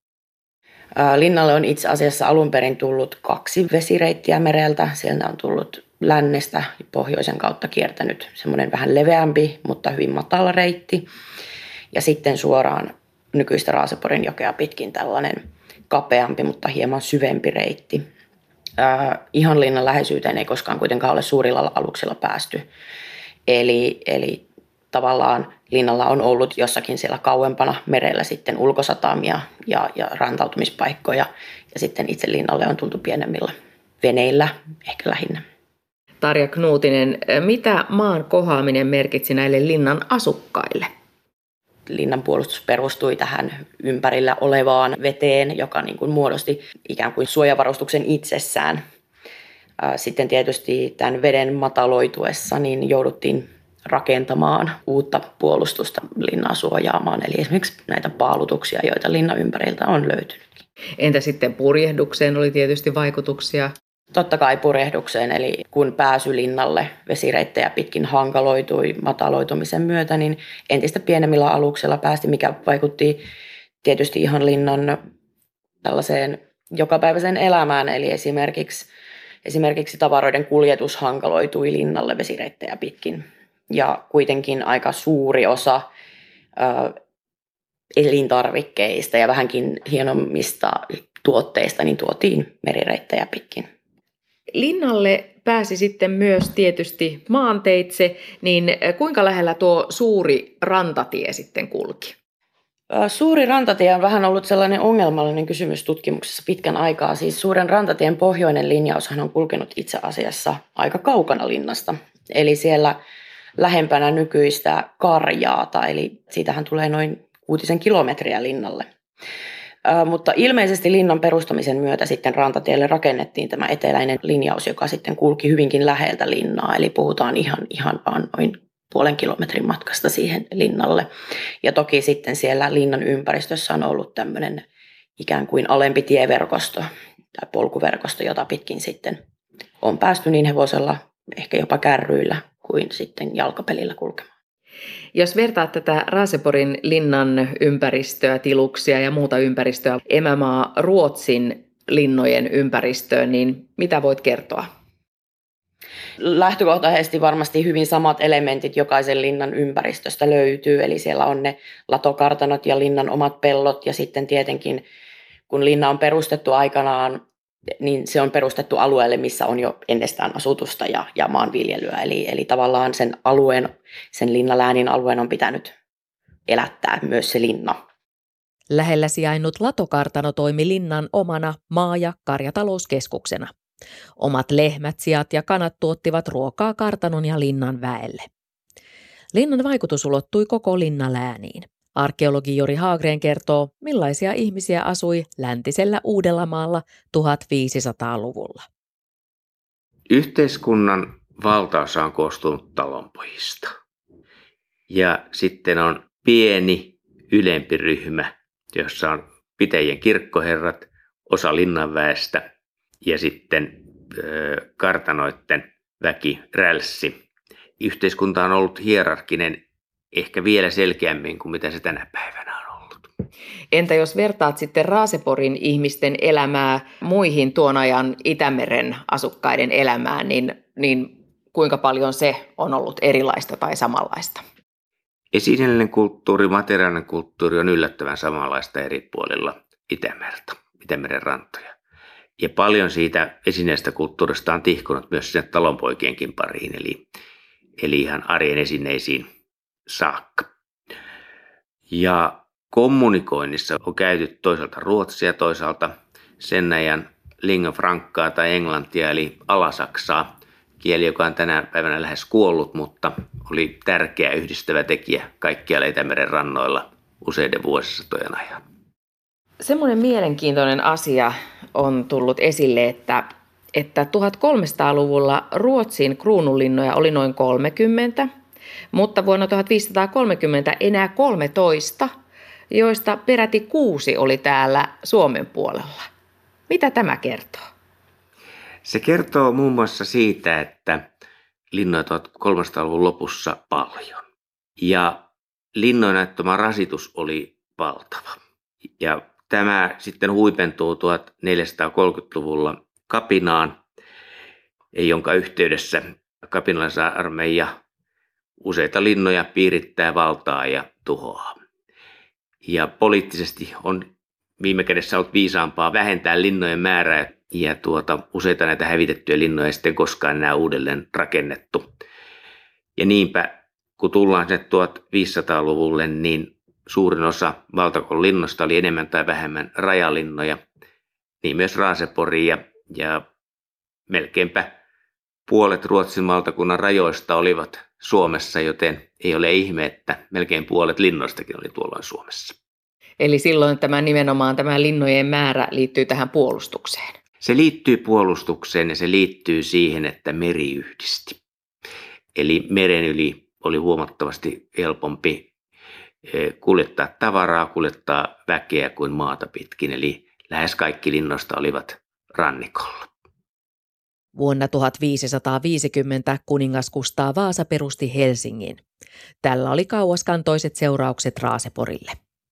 Linnalle on itse asiassa alun perin tullut kaksi vesireittiä mereltä. Sieltä on tullut lännestä pohjoisen kautta kiertänyt semmoinen vähän leveämpi, mutta hyvin matala reitti. Ja sitten suoraan nykyistä Raaseporin jokea pitkin tällainen kapeampi, mutta hieman syvempi reitti. Äh, ihan linnan läheisyyteen ei koskaan kuitenkaan ole suurilla aluksilla päästy. Eli, eli tavallaan linnalla on ollut jossakin siellä kauempana merellä sitten ulkosatamia ja, ja rantautumispaikkoja. Ja sitten itse linnalle on tultu pienemmillä veneillä ehkä lähinnä. Tarja Knuutinen, mitä maan kohoaminen merkitsi näille linnan asukkaille? Linnan puolustus perustui tähän ympärillä olevaan veteen, joka niin kuin muodosti ikään kuin suojavarustuksen itsessään. Sitten tietysti tämän veden mataloituessa niin jouduttiin rakentamaan uutta puolustusta linnaa suojaamaan. Eli esimerkiksi näitä paalutuksia, joita linnan ympäriltä on löytynyt. Entä sitten purjehdukseen oli tietysti vaikutuksia? Totta kai purjehdukseen, eli kun pääsy linnalle vesireittejä pitkin hankaloitui mataloitumisen myötä, niin entistä pienemmillä aluksilla päästi, mikä vaikutti tietysti ihan linnan tällaiseen jokapäiväiseen elämään. Eli esimerkiksi, esimerkiksi tavaroiden kuljetus hankaloitui linnalle vesireittejä pitkin. Ja kuitenkin aika suuri osa ö, elintarvikkeista ja vähänkin hienommista tuotteista niin tuotiin merireittejä pitkin. Linnalle pääsi sitten myös tietysti maanteitse, niin kuinka lähellä tuo suuri rantatie sitten kulki? Suuri rantatie on vähän ollut sellainen ongelmallinen kysymys tutkimuksessa pitkän aikaa. Siis suuren rantatien pohjoinen linjaushan on kulkenut itse asiassa aika kaukana linnasta. Eli siellä lähempänä nykyistä Karjaata, eli siitähän tulee noin kuutisen kilometriä linnalle. Mutta ilmeisesti linnan perustamisen myötä sitten rantatielle rakennettiin tämä eteläinen linjaus, joka sitten kulki hyvinkin läheltä linnaa. Eli puhutaan ihan, ihan vaan noin puolen kilometrin matkasta siihen linnalle. Ja toki sitten siellä linnan ympäristössä on ollut tämmöinen ikään kuin alempi tieverkosto tai polkuverkosto, jota pitkin sitten on päästy niin hevosella, ehkä jopa kärryillä, kuin sitten jalkapelillä kulkemaan. Jos vertaat tätä Raaseporin linnan ympäristöä, tiluksia ja muuta ympäristöä emämaa Ruotsin linnojen ympäristöön, niin mitä voit kertoa? Lähtökohtaisesti varmasti hyvin samat elementit jokaisen linnan ympäristöstä löytyy. Eli siellä on ne latokartanot ja linnan omat pellot ja sitten tietenkin kun linna on perustettu aikanaan, niin se on perustettu alueelle, missä on jo ennestään asutusta ja, ja maanviljelyä. Eli, eli tavallaan sen alueen, sen linnaläänin alueen on pitänyt elättää myös se linna. Lähellä sijainnut latokartano toimi linnan omana maa- ja karjatalouskeskuksena. Omat lehmät, siat ja kanat tuottivat ruokaa kartanon ja linnan väelle. Linnan vaikutus ulottui koko linnalääniin. Arkeologi Jori Haagren kertoo, millaisia ihmisiä asui läntisellä Uudellamaalla tuhatviisisataaluvulla. Yhteiskunnan valtaosa on koostunut talonpojista. Ja sitten on pieni ylempi ryhmä, jossa on pitäjien kirkkoherrat, osa linnanväestä ja sitten ö, kartanoiden väki, rälssi. Yhteiskunta on ollut hierarkinen ehkä vielä selkeämmin kuin mitä se tänä päivänä on ollut. Entä jos vertaat sitten Raaseporin ihmisten elämää muihin tuon ajan Itämeren asukkaiden elämään, niin, niin kuinka paljon se on ollut erilaista tai samanlaista? Esineellinen kulttuuri, materiaalinen kulttuuri on yllättävän samanlaista eri puolilla Itämerta, Itämeren rantoja. Ja paljon siitä esineellisestä kulttuurista on tihkunut myös sinne talonpoikienkin pariin, eli, eli ihan arjen esineisiin saakka. Ja kommunikoinnissa on käyty toisaalta ruotsia, toisaalta sen ajan lingua francaa tai englantia, eli alasaksaa, kieli, joka on tänä päivänä lähes kuollut, mutta oli tärkeä yhdistävä tekijä kaikkialla Itämeren rannoilla useiden vuosisatojen ajan. Semmoinen mielenkiintoinen asia on tullut esille, että, että tuhatkolmesataaluvulla Ruotsin kruununlinnoja oli noin kolmekymmentä, mutta vuonna tuhatviisisataakolmekymmentä enää kolmetoista, joista peräti kuusi oli täällä Suomen puolella. Mitä tämä kertoo? Se kertoo muun muassa siitä, että linnoja tuhatkolmesataaluvun lopussa paljon. Ja linnojen aiheuttama rasitus oli valtava. Ja tämä sitten huipentuu tuhatneljäsataakolmekymmentäluvulla kapinaan, jonka yhteydessä kapinalaisarmeija useita linnoja piirittää, valtaa ja tuhoaa. Ja poliittisesti on viime kädessä ollut viisaampaa vähentää linnojen määrää, ja tuota, useita näitä hävitettyjä linnoja ei sitten koskaan enää uudelleen rakennettu. Ja niinpä, kun tullaan sinne tuhatviisisataaluvulle, niin suurin osa valtakunnan linnoista oli enemmän tai vähemmän rajalinnoja, niin myös Raasepori, ja, ja melkeinpä puolet Ruotsin valtakunnan rajoista olivat Suomessa, joten ei ole ihme, että melkein puolet linnoistakin oli tuolloin Suomessa. Eli silloin tämä nimenomaan tämä linnojen määrä liittyy tähän puolustukseen. Se liittyy puolustukseen ja se liittyy siihen, että meri yhdisti. Eli meren yli oli huomattavasti helpompi kuljettaa tavaraa, kuljettaa väkeä kuin maata pitkin. Eli lähes kaikki linnoista olivat rannikolla. Vuonna tuhatviisisataaviisikymmentä kuningas Kustaa Vaasa perusti Helsingin. Tällä oli kauaskantoiset seuraukset Raaseporille.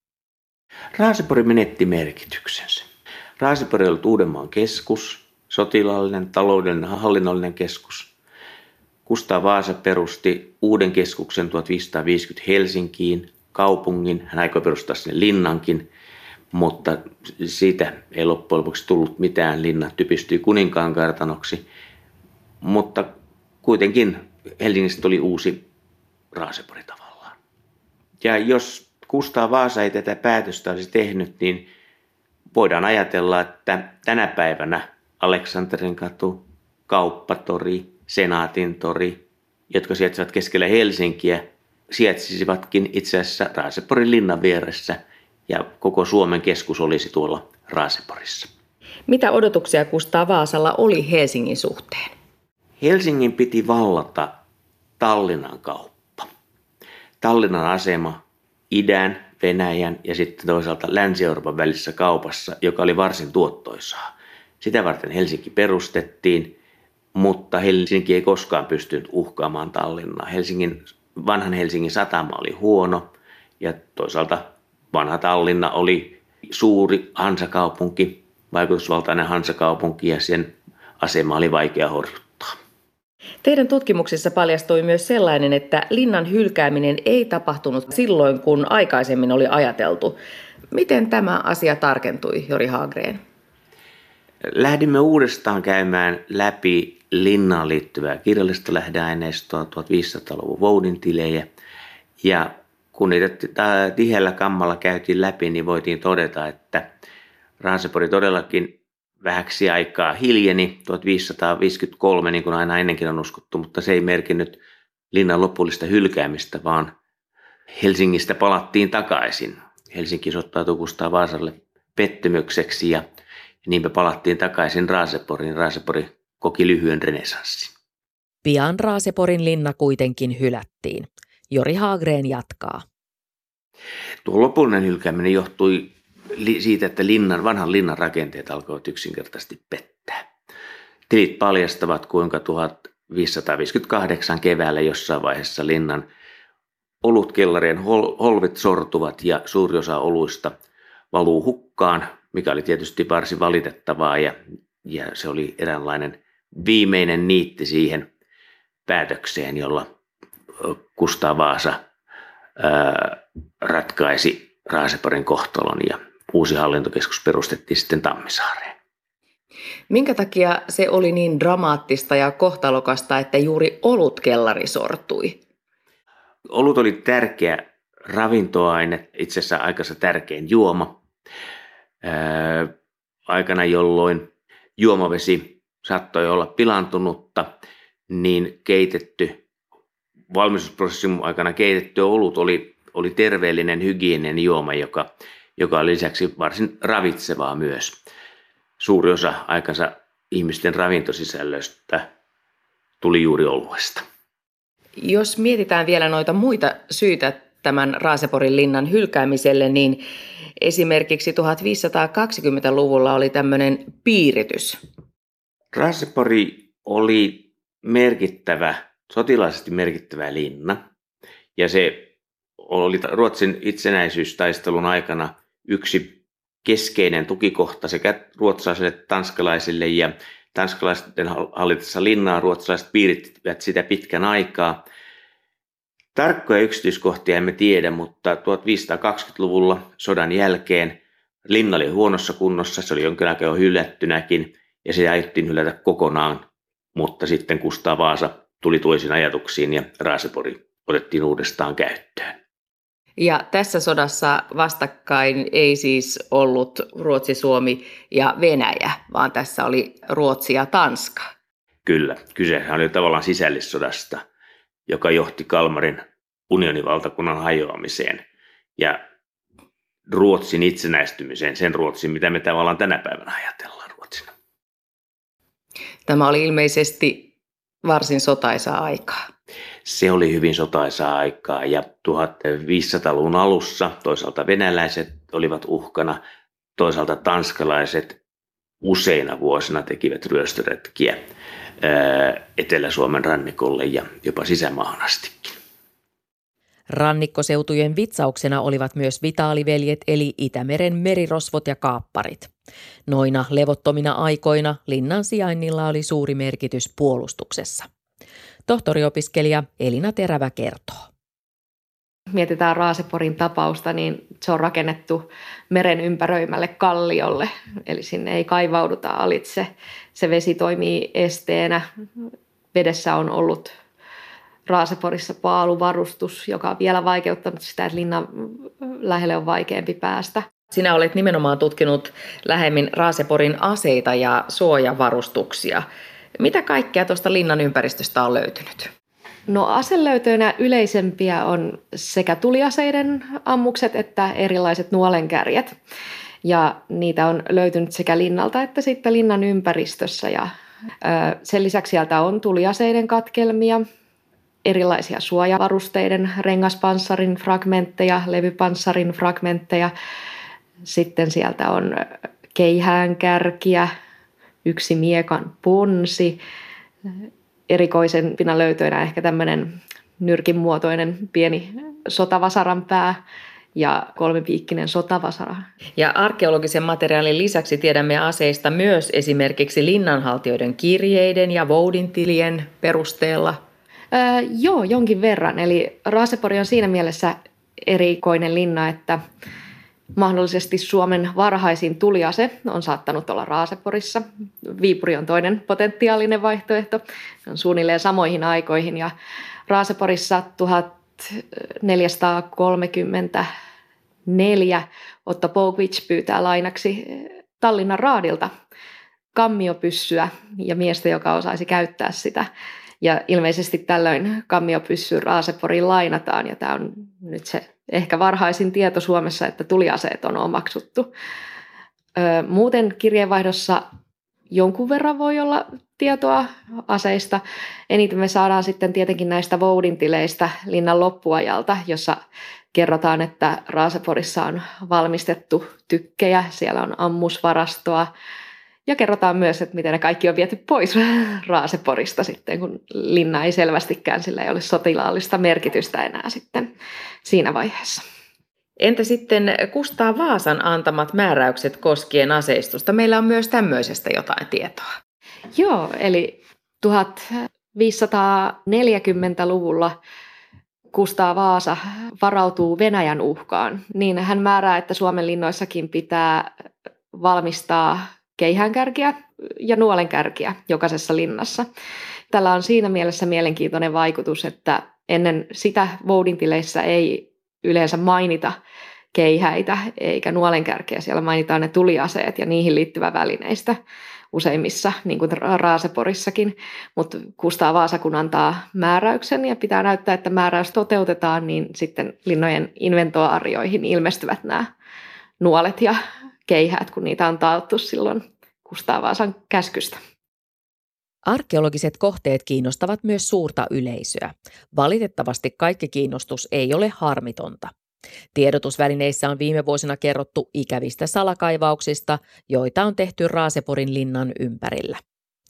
Raasepori menetti merkityksensä. Raasepori oli Uudenmaan keskus, sotilaallinen, taloudellinen ja hallinnollinen keskus. Kustaa Vaasa perusti uuden keskuksen tuhatviisisataaviisikymmentä Helsinkiin, kaupungin. Hän aikoi perustaa sinne linnankin, mutta siitä ei loppujen lopuksi tullut mitään. Linna typistyi kuninkaan kartanoksi, mutta kuitenkin Helsingistä tuli uusi Raasepori tavallaan. Ja jos Kustaa Vaasa ei tätä päätöstä olisi tehnyt, niin voidaan ajatella, että tänä päivänä Aleksanterin katu, Kauppatori, Senaatin tori, jotka sijaitsevat keskellä Helsinkiä, sijaitsisivatkin itse asiassa Raaseporin linnan vieressä ja koko Suomen keskus olisi tuolla Raaseporissa. Mitä odotuksia Kustaa Vaasalla oli Helsingin suhteen? Helsingin piti vallata Tallinnan kauppa. Tallinnan asema idän, Venäjän ja sitten toisaalta Länsi-Euroopan välisessä kaupassa, joka oli varsin tuottoisaa. Sitä varten Helsinki perustettiin, mutta Helsinki ei koskaan pystynyt uhkaamaan Tallinnaa. Helsingin, vanhan Helsingin satama oli huono ja toisaalta vanha Tallinna oli suuri hansakaupunki, vaikutusvaltainen hansakaupunki ja sen asema oli vaikea horjuttaa. Teidän tutkimuksissa paljastui myös sellainen, että linnan hylkääminen ei tapahtunut silloin, kun aikaisemmin oli ajateltu. Miten tämä asia tarkentui, Jori Hagren? Lähdimme uudestaan käymään läpi linnaan liittyvää kirjallista lähdeaineistoa, tuhatviisisataaluvun voudintilejä. Ja kun niitä tiheällä kammalla käytiin läpi, niin voitiin todeta, että Raasepori todellakin vähäksi aikaa hiljeni tuhatviisisataaviisikymmentäkolme, niin kuin aina ennenkin on uskottu, mutta se ei merkinnyt linnan lopullista hylkäämistä, vaan Helsingistä palattiin takaisin. Helsinki osoittautui Kustaa Vaasalle pettymykseksi ja niinpä palattiin takaisin Raaseporiin. Raasepori koki lyhyen renessanssin. Pian Raaseporin linna kuitenkin hylättiin. Jori Hagren jatkaa. Tuo lopullinen hylkääminen johtui siitä, että linnan, vanhan linnan rakenteet alkoivat yksinkertaisesti pettää. Tilit paljastavat, kuinka tuhatviisisataaviisikymmentäkahdeksan keväällä jossain vaiheessa linnan olutkellarien hol- holvit sortuvat ja suuri osa oluista valuu hukkaan, mikä oli tietysti varsin valitettavaa ja, ja se oli eräänlainen viimeinen niitti siihen päätökseen, jolla Kustaa Vaasa ää, ratkaisi Raaseporin kohtalon ja uusi hallintokeskus perustettiin sitten Tammisaareen. Minkä takia se oli niin dramaattista ja kohtalokasta, että juuri olutkellari sortui? Olut oli tärkeä ravintoaine, itse asiassa aikansa tärkein juoma. Ää, aikana, jolloin juomavesi saattoi olla pilaantunutta, niin keitetty, valmistusprosessin aikana keitetty olut oli, oli terveellinen hygieninen juoma, joka, joka oli lisäksi varsin ravitsevaa myös. Suuri osa aikansa ihmisten ravintosisällöstä tuli juuri oluesta. Jos mietitään vielä noita muita syitä tämän Raaseporin linnan hylkäämiselle, niin esimerkiksi tuhatviisisataakaksikymmentäluvulla oli tämmöinen piiritys. Raasepori oli merkittävä sotilaisesti merkittävä linna. Ja se oli Ruotsin itsenäisyystaistelun aikana yksi keskeinen tukikohta sekä ruotsalaisille että tanskalaisille. Ja tanskalaisten hallitessa linnaa ruotsalaiset piirittivät sitä pitkän aikaa. Tarkkoja yksityiskohtia emme tiedä, mutta tuhatviisisataakaksikymmentäluvulla sodan jälkeen linna oli huonossa kunnossa, se oli jonkin aikaa jo hylättynäkin ja se aiottiin hylätä kokonaan, mutta sitten Kustaa Vaasa tuli toisiin ajatuksiin ja Raasepori otettiin uudestaan käyttöön. Ja tässä sodassa vastakkain ei siis ollut Ruotsi, Suomi ja Venäjä, vaan tässä oli Ruotsi ja Tanska. Kyllä, kysehän oli tavallaan sisällissodasta, joka johti Kalmarin unionivaltakunnan hajoamiseen ja Ruotsin itsenäistymiseen, sen Ruotsin, mitä me tavallaan tänä päivänä ajatellaan Ruotsina. Tämä oli ilmeisesti varsin sotaisaa aikaa. Se oli hyvin sotaisaa aikaa ja tuhatviisisataaluvun alussa toisaalta venäläiset olivat uhkana, toisaalta tanskalaiset useina vuosina tekivät ryöstöretkiä Etelä-Suomen rannikolle ja jopa sisämaahan astikin. Rannikkoseutujen vitsauksena olivat myös vitaaliveljet eli Itämeren merirosvot ja kaapparit. Noina levottomina aikoina linnan sijainnilla oli suuri merkitys puolustuksessa. Tohtoriopiskelija Elina Terävä kertoo. Mietitään Raaseporin tapausta, niin se on rakennettu meren ympäröimälle kalliolle, eli sinne ei kaivauduta alitse. Se vesi toimii esteenä. Vedessä on ollut Raaseporissa paaluvarustus, joka on vielä vaikeuttanut sitä, että linnan lähelle on vaikeampi päästä. Sinä olet nimenomaan tutkinut lähemmin Raaseporin aseita ja suojavarustuksia. Mitä kaikkea tuosta linnan ympäristöstä on löytynyt? No aselöytöinä yleisempiä on sekä tuliaseiden ammukset että erilaiset nuolenkärjet. Ja niitä on löytynyt sekä linnalta että sitten linnan ympäristössä. Ja, ö, sen lisäksi sieltä on tuliaseiden katkelmia, erilaisia suojavarusteiden, rengaspanssarin fragmentteja, levypanssarin fragmentteja. Sitten sieltä on keihäänkärkiä, yksi miekan ponsi, erikoisempina löytöinä ehkä tämmöinen nyrkin muotoinen pieni sotavasaran pää ja kolmipiikkinen sotavasara. Ja arkeologisen materiaalin lisäksi tiedämme aseista myös esimerkiksi linnanhaltijoiden kirjeiden ja voudintilien perusteella. Öö, joo, jonkin verran. Eli Raasepori on siinä mielessä erikoinen linna, että mahdollisesti Suomen varhaisin tuliase on saattanut olla Raaseporissa. Viipuri on toinen potentiaalinen vaihtoehto. Se on suunnilleen samoihin aikoihin. Ja Raaseporissa tuhatneljäsataakolmekymmentäneljä Otto Bogic pyytää lainaksi Tallinnan raadilta kammiopyssyä ja miestä, joka osaisi käyttää sitä. Ja ilmeisesti tällöin kammiopyssy Raaseporiin lainataan, ja tämä on nyt se ehkä varhaisin tieto Suomessa, että tuliaseet on omaksuttu. Öö, muuten kirjeenvaihdossa jonkun verran voi olla tietoa aseista. Eniten me saadaan sitten tietenkin näistä voudintileistä linnan loppuajalta, jossa kerrotaan, että Raaseporissa on valmistettu tykkejä, siellä on ammusvarastoa. Ja kerrotaan myös, että miten ne kaikki on viety pois Raaseporista sitten, kun linna ei selvästikään, sillä ei ole sotilaallista merkitystä enää sitten siinä vaiheessa. Entä sitten Kustaa Vaasan antamat määräykset koskien aseistusta? Meillä on myös tämmöisestä jotain tietoa. Joo, eli tuhatviisisataaneljäkymmentäluvulla Kustaa Vaasa varautuu Venäjän uhkaan. Niin hän määrää, että Suomen linnoissakin pitää valmistaa keihäänkärkiä ja nuolenkärkiä jokaisessa linnassa. Tällä on siinä mielessä mielenkiintoinen vaikutus, että ennen sitä voudintileissä ei yleensä mainita keihäitä eikä nuolenkärkiä. Siellä mainitaan ne tuliaseet ja niihin liittyvä välineistä useimmissa, niin kuin Raaseporissakin. Mutta Kustaa Vaasa kun antaa määräyksen ja pitää näyttää, että määräys toteutetaan, niin sitten linnojen inventoarioihin ilmestyvät nämä nuolet ja keihäät, kun niitä on taottu silloin Kustaa Vaasan käskystä. Arkeologiset kohteet kiinnostavat myös suurta yleisöä. Valitettavasti kaikki kiinnostus ei ole harmitonta. Tiedotusvälineissä on viime vuosina kerrottu ikävistä salakaivauksista, joita on tehty Raaseporin linnan ympärillä.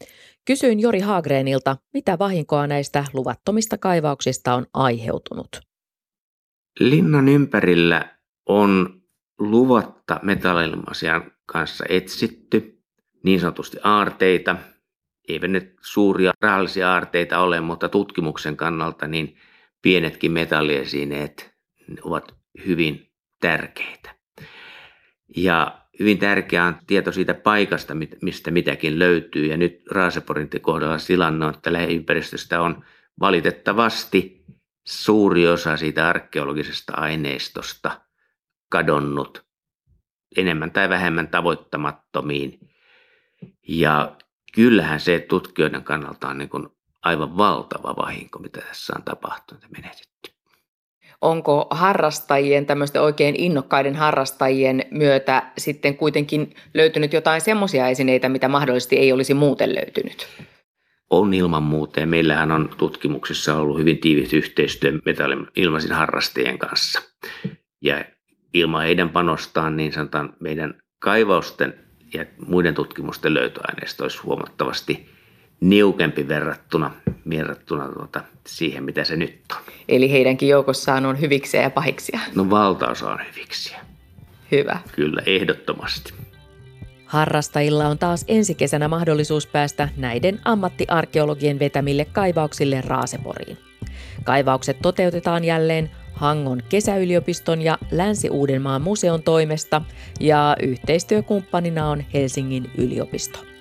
Kysyin Jori Hagrenilta, mitä vahinkoa näistä luvattomista kaivauksista on aiheutunut. Linnan ympärillä on luvatta metalliilmaisian kanssa etsitty niin sanotusti aarteita. Eivät nyt suuria rahallisia aarteita ole, mutta tutkimuksen kannalta niin pienetkin metalliesineet ovat hyvin tärkeitä. Ja hyvin tärkeää on tieto siitä paikasta, mistä mitäkin löytyy. Ja nyt Raaseporin kohdalla tilanne on, että lähiympäristöstä on valitettavasti suuri osa siitä arkeologisesta aineistosta kadonnut enemmän tai vähemmän tavoittamattomiin. Ja kyllähän se tutkijoiden kannalta on niin kuin aivan valtava vahinko, mitä tässä on tapahtunut ja menetetty. Onko harrastajien, tämmöisten oikein innokkaiden harrastajien myötä sitten kuitenkin löytynyt jotain semmoisia esineitä, mitä mahdollisesti ei olisi muuten löytynyt? On ilman muuta, ja meillähän on tutkimuksissa ollut hyvin tiivis yhteistyö metalli-ilmaisen harrastajien kanssa. Ja ilman heidän panostaan, niin sanotaan, meidän kaivausten ja muiden tutkimusten löytöaineisto olisi huomattavasti niukempi verrattuna, verrattuna tuota, siihen, mitä se nyt on. Eli heidänkin joukossaan on hyviksiä ja pahiksia? No valtaosa on hyviksiä. Hyvä. Kyllä, ehdottomasti. Harrastajilla on taas ensi kesänä mahdollisuus päästä näiden ammattiarkeologien vetämille kaivauksille Raaseporiin. Kaivaukset toteutetaan jälleen Hangon kesäyliopiston ja Länsi-Uudenmaan museon toimesta ja yhteistyökumppanina on Helsingin yliopisto.